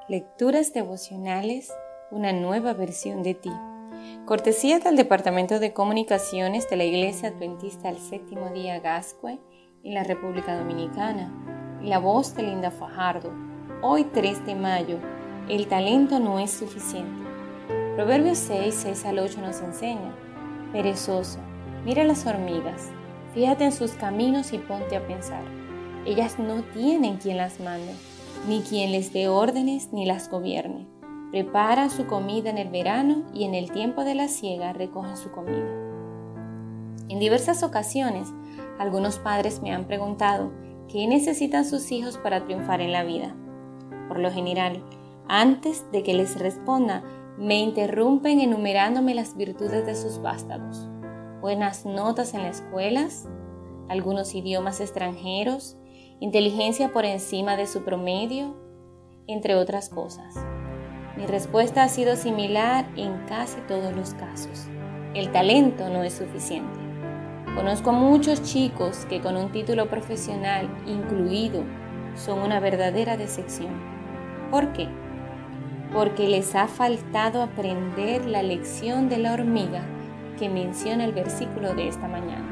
Lecturas devocionales, una nueva versión de ti. Cortesía del Departamento de Comunicaciones de la Iglesia Adventista del Séptimo Día Gascue en la República Dominicana. La voz de Linda Fajardo. Hoy 3 de mayo. El talento no es suficiente. Proverbios 6 al 8 nos enseña: perezoso, mira las hormigas, fíjate en sus caminos y ponte a pensar. Ellas no tienen quien las mande, ni quien les dé órdenes ni las gobierne. Preparan su comida en el verano y en el tiempo de la siega recogen su comida. En diversas ocasiones, algunos padres me han preguntado qué necesitan sus hijos para triunfar en la vida. Por lo general, antes de que les responda, me interrumpen enumerándome las virtudes de sus vástagos: buenas notas en las escuelas, algunos idiomas extranjeros, inteligencia por encima de su promedio, entre otras cosas. Mi respuesta ha sido similar en casi todos los casos: el talento no es suficiente. Conozco a muchos chicos que con un título profesional incluido son una verdadera decepción. ¿Por qué? Porque les ha faltado aprender la lección de la hormiga que menciona el versículo de esta mañana.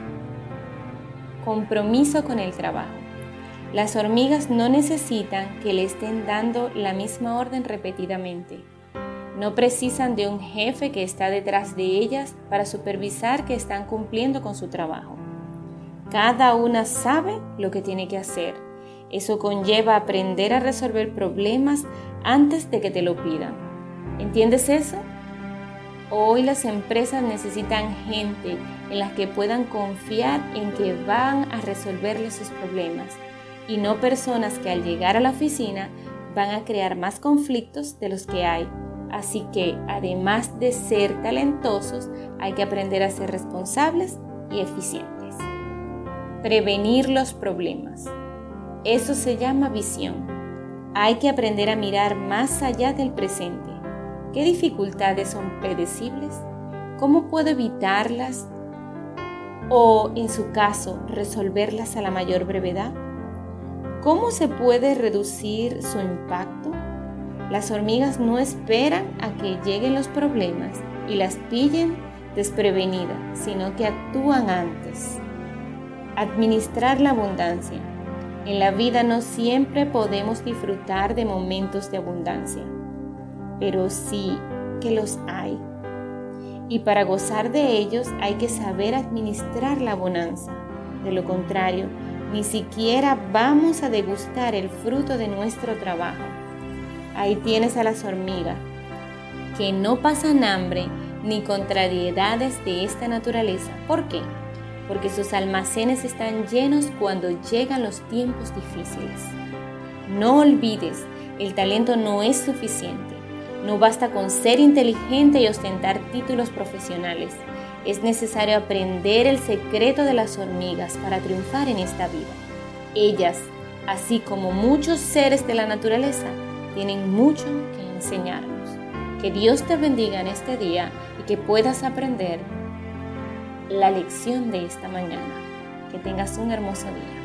Compromiso con el trabajo. Las hormigas no necesitan que le estén dando la misma orden repetidamente. No precisan de un jefe que está detrás de ellas para supervisar que están cumpliendo con su trabajo. Cada una sabe lo que tiene que hacer. Eso conlleva aprender a resolver problemas antes de que te lo pidan. ¿Entiendes eso? Hoy las empresas necesitan gente en la que puedan confiar en que van a resolverles sus problemas, y no personas que al llegar a la oficina van a crear más conflictos de los que hay. Así que, además de ser talentosos, hay que aprender a ser responsables y eficientes. Prevenir los problemas. Eso se llama visión. Hay que aprender a mirar más allá del presente. ¿Qué dificultades son predecibles? ¿Cómo puedo evitarlas? O, en su caso, resolverlas a la mayor brevedad. ¿Cómo se puede reducir su impacto? Las hormigas no esperan a que lleguen los problemas y las pillen desprevenidas, sino que actúan antes. Administrar la abundancia. En la vida no siempre podemos disfrutar de momentos de abundancia, pero sí que los hay. Y para gozar de ellos hay que saber administrar la bonanza. De lo contrario, ni siquiera vamos a degustar el fruto de nuestro trabajo. Ahí tienes a las hormigas, que no pasan hambre ni contrariedades de esta naturaleza. ¿Por qué? Porque sus almacenes están llenos cuando llegan los tiempos difíciles. No olvides, el talento no es suficiente. No basta con ser inteligente y ostentar títulos profesionales. Es necesario aprender el secreto de las hormigas para triunfar en esta vida. Ellas, así como muchos seres de la naturaleza, tienen mucho que enseñarnos. Que Dios te bendiga en este día y que puedas aprender la lección de esta mañana. Que tengas un hermoso día.